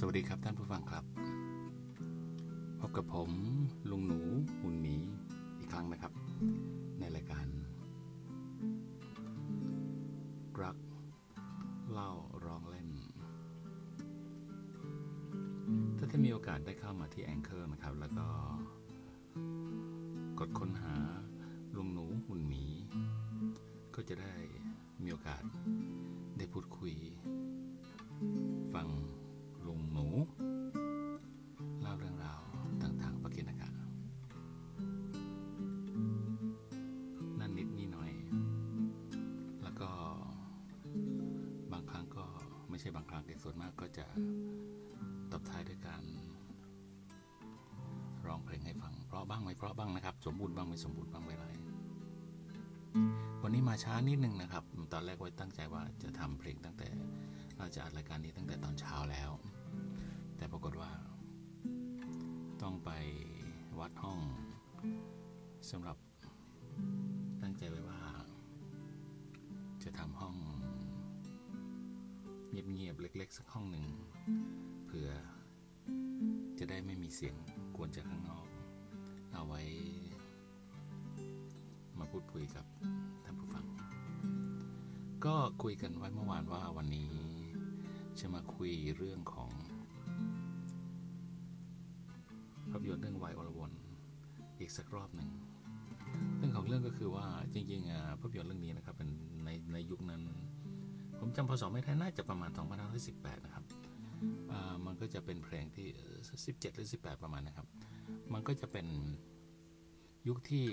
สวัสดีครับท่านผู้ฟังครับพบกับผมลุงหนูหุ่นหมีอีกครั้งนะครับในรายการรักเล่าร้องเล่นถ้าท่านมีโอกาสได้เข้ามาที่ Anchor นะครับแล้วก็กดค้นหาลุงหนูหุ่นหมีก็จะได้มีโอกาสได้พูดคุยฟังลุงหนูเล่าเรื่องราวต่างๆประเกณฑ์อากาศนั่นนิดนี่หน่อยแล้วก็บางครั้งก็ไม่ใช่บางครั้งแต่ส่วนมากก็จะตบท้ายด้วยการร้องเพลงให้ฟังเพราะบ้างไม่เพราะบ้างนะครับสมบูรณ์บ้างไม่สมบูรณ์บ้างอะไรวันนี้มาช้านิดนึงนะครับตอนแรกไว้ตั้งใจว่าจะทำเพลงตั้งแต่เราจะอัดรายการนี้ตั้งแต่ตอนเช้าแล้วแต่ปรากฏว่าต้องไปวัดห้องสำหรับตั้งใจไว้ว่าจะทำห้องเงียบๆเล็กๆสักห้องหนึ่งเผื่อจะได้ไม่มีเสียงกวนจากข้างนอกเอาไว้มาพูดคุยกับท่านผู้ฟังก็คุยกันไว้เมื่อวานว่าวันนี้จะมาคุยเรื่องของภาพยนตร์เรื่องวายอรวนอีกสักรอบหนึ่งเรื่องของเรื่องก็คือว่าจริงๆภาพยนตร์เรื่องนี้นะครับเป็นในยุคนั้นผมจำพศไม่ได้น่าจะประมาณ2518นะครับมันก็จะเป็นเพลงที่17หรือ18ประมาณนะครับมันก็จะเป็นยุคที่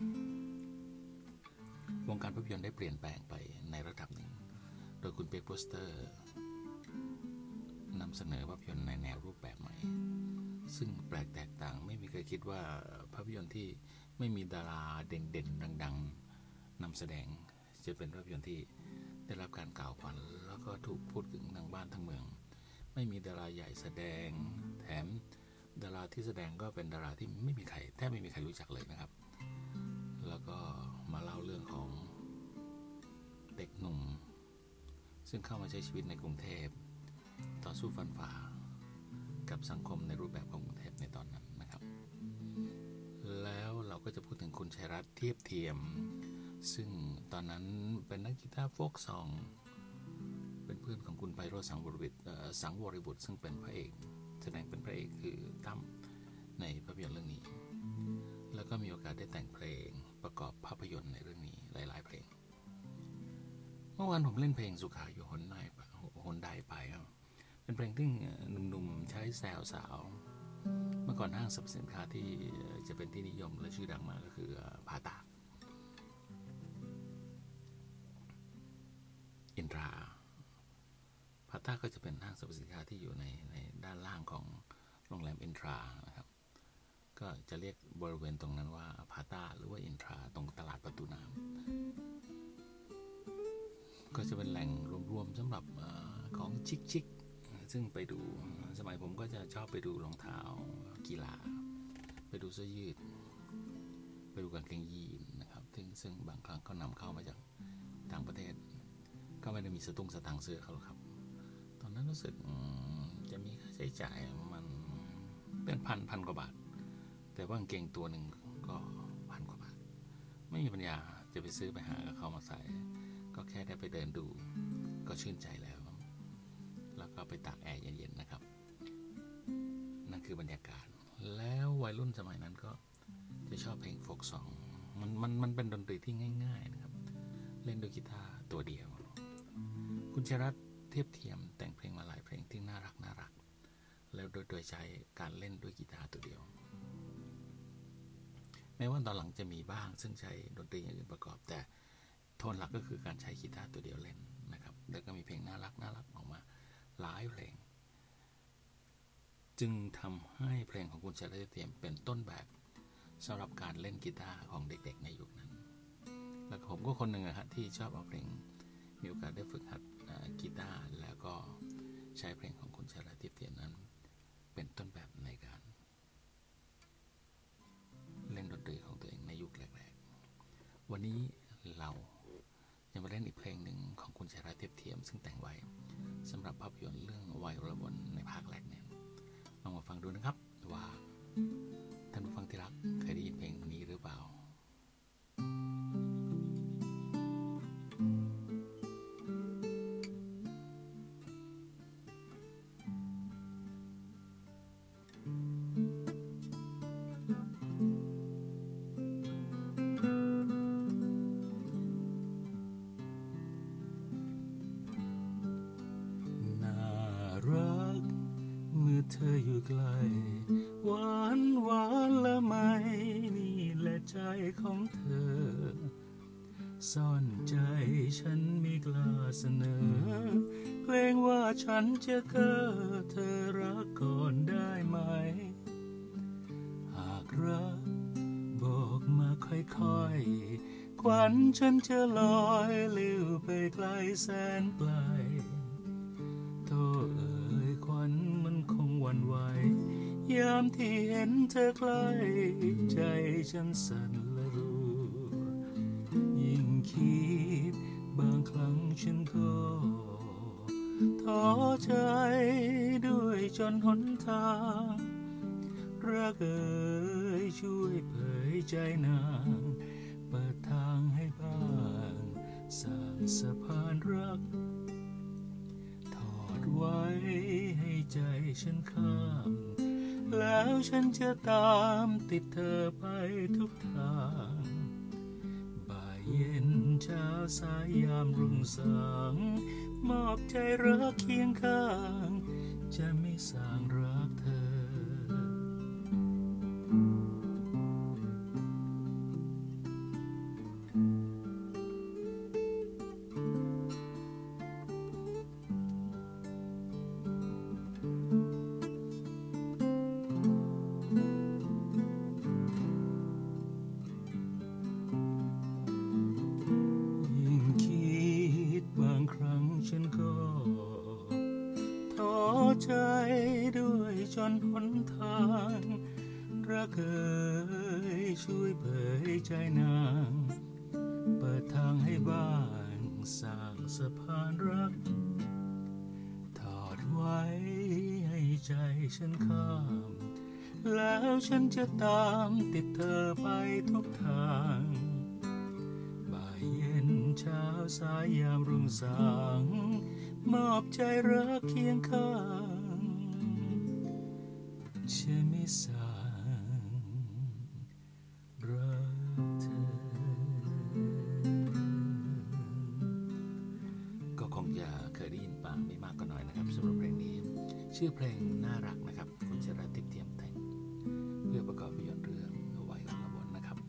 วงการภาพยนตร์ได้เปลี่ยนแปลงไปในระดับหนึ่งโดยคุณเปียกโปสเตอร์นำเสนอภาพยนตร์ในแนวรูปแบบใหม่ซึ่งแปลกแตกต่างไม่มีใครคิดว่าภาพยนตร์ที่ไม่มีดาราเด่นๆดังๆนำแสดงจะเป็นภาพยนตร์ที่ได้รับการกล่าวขวัญแล้วก็ถูกพูดถึงทั้งบ้านทั้งเมืองไม่มีดาราใหญ่แสดงแถมดาราที่แสดงก็เป็นดาราที่ไม่มีใครแทบไม่มีใครรู้จักเลยนะครับแล้วก็มาเล่าเรื่องของเด็กหนุ่มซึ่งเข้ามาใช้ชีวิตในกรุงเทพต่อสู้ฟันฝ่ากับสังคมในรูปแบบของกรุงเทพในตอนนั้นนะครับแล้วเราก็จะพูดถึงคุณชัยรัตน์เทียบเทียมซึ่งตอนนั้นเป็นนักกีตาร์โฟล์กซองเป็นเพื่อนของคุณไพโรจน์สังวรบุตรซึ่งเป็นพระเอกแสดงเป็นพระเอกคือตั้มในภาพยนตร์เรื่องนี้แล้วก็มีโอกาสได้แต่งเพลงประกอบภาพยนตร์ในเรื่องนี้หลายๆเพลงเมื่อวานผมเล่นเพลงสุขาอยู่หนได้ไปเป็นเพลงที่หนุ่มๆใช้แซวสาวเมื่อก่อนห้างสรรพสินค้าที่จะเป็นที่นิยมและชื่อดังมากก็คือผาตากอินทราผาตากก็จะเป็นห้างสรรพสินค้าที่อยู่ในด้านล่างของโรงแรมอินทรานะครับก็จะเรียกบริเวณตรงนั้นว่าผาตากหรือว่าอินทราตรงตลาดประตูน้ำก็จะเป็นแหล่งรวมๆสำหรับของชิคๆซึ่งไปดูสมัยผมก็จะชอบไปดูรองเท้ากีฬาไปดูเสื้อยืดไปดูกางเกงยีนนะครับซึ่งบางครั้งก็นำเข้ามาจากต่างประเทศก็ไม่ได้มีสตางค์เสื้อเขาหรอกครับตอนนั้นรู้สึกจะมีค่าใช้จ่ายมันเป็นพันกว่าบาทแต่ว่ากางเกงตัวหนึ่งก็1,000 กว่าบาทไม่มีปัญญาจะไปซื้อไปหาเขามาใส่ก็แค่ได้ไปเดินดูก็ชื่นใจแล้วก็ไปตากแอร์เย็นๆนะครับนั่นคือบรรยากาศแล้ววัยรุ่นสมัยนั้นก็จะชอบเพลงโฟล์กซองมันเป็นดนตรีที่ง่ายๆนะครับเล่นด้วยกีตาร์ตัวเดียวคุณชัยรัตน์เทียบเทียมแต่งเพลงมาหลายเพลงที่น่ารักแล้วโดยใช้การเล่นด้วยกีตาร์ตัวเดียวแม้ว่าตอนหลังจะมีบ้างซึ่งใช้ดนตรีอย่างอื่นประกอบแต่โทนหลักก็คือการใช้กีตาร์ตัวเดียวเล่นนะครับแล้วก็มีเพลงน่ารักออกมาหลายเพลงจึงทำให้เพลงของคุณชัยรัตน์เทียมเป็นต้นแบบสำหรับการเล่นกีตาร์ของเด็กๆในยุคนั้นแล้วผมก็คนหนึ่งที่ชอบเอาเพลงมีโอกาสได้ฝึกหัดกีตาร์แล้วก็ใช้เพลงของคุณชัยรัตน์เทียมนั้นเป็นต้นแบบในการเล่นดนตรีของตัวเองในยุคแรกๆวันนี้เรายังมาเล่นอีกเพลงหนึ่งของคุณชัยรัตน์เทียบเทียมซึ่งแต่งไว้สำหรับภาพยนตร์เรื่องวัยระวนในภาคแรกเนี่ยลองมาฟังดูนะครับว่าท่านผู้ฟังที่รักเคยได้ยินเพลงนี้หรือเปล่าเธออยู่ไกลหวานหวานละไมนี่แหละใจของเธอซ่อนใจฉันไม่กล้าเสนอเกรงว่าฉันจะเก้อเธอรักก่อนได้ไหมหากรักบอกมาค่อยๆควันฉันจะลอยลิ้วไปไกลแสนไกลโธ่เอ๋ยควันมันคงหวั่นไหวยามที่เห็นเธอใกล้ใจฉันสั่นละรัวยิ่งคิดบางครั้งฉันก็ท้อใจด้วยจนหนทางรักเอ๋ยช่วยเผยใจนางเปิดทางให้บ้างสร้างสะพานรักไว้ให้ใจฉันข้ามแล้วฉันจะตามติดเธอไปทุกทางบ่ายเย็นเช้าสายยามรุ่งสางมอบใจรักเคียงข้างจะไม่สร้างรักเธอฉันก็ท้อใจด้วยจนหนทางรักเอ๋ยช่วยเผยใจนางเปิดทางให้บ้างสร้างสะพานรักทอดไว้ให้ใจฉันข้ามแล้วฉันจะตามติดเธอไปทุกทางเช้าสายยามรุ่งสางมอบใจรักเคียงข้างจะไม่สร้างรักเธอก็คงจะเคยได้ยินบ้างไม่มากก็น้อยนะครับสำหรับเพลงนี้ชื่อเพลงน่ารักนะครับคุณชัยรัตน์เทียบเทียมแต่งเพื่อประกอบภาพยนตร์เรื่องวัยระวนนะครับ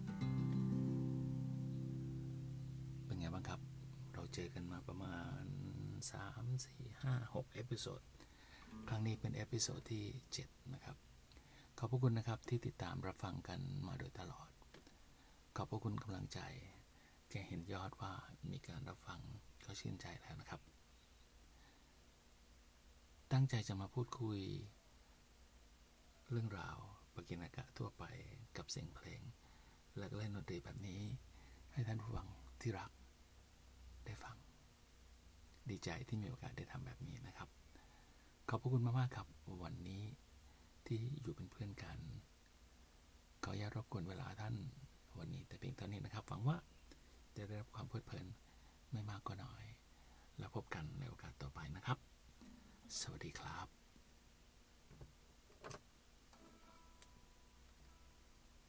เป็นไงบ้างครับเราเจอกันมาประมาณ3 4 5 6เอพิโซดครั้งนี้เป็นเอพิโซดที่7นะครับขอบพระคุณนะครับที่ติดตามรับฟังกันมาโดยตลอดขอบพระคุณกำลังใจแค่เห็นยอดว่ามีการรับฟังก็ชื่นใจแล้วนะครับตั้งใจจะมาพูดคุยเรื่องราวปกิณกะทั่วไปกับเสียงเพลงและเล่นดนตรีแบบนี้ให้ท่านผู้ฟังที่รักได้ฟังดีใจที่มีโอกาสได้ทำแบบนี้นะครับขอบพระคุณมากๆครับวันนี้ที่อยู่เป็นเพื่อนกันขออย่ารบกวนเวลาท่านวันนี้แต่เพียงเท่านี้นะครับหวังว่าจะได้รับความเพลิดเพลินไม่มากก็น้อยแล้วพบกันในโอกาสต่อไปนะครับสวัสดีครับ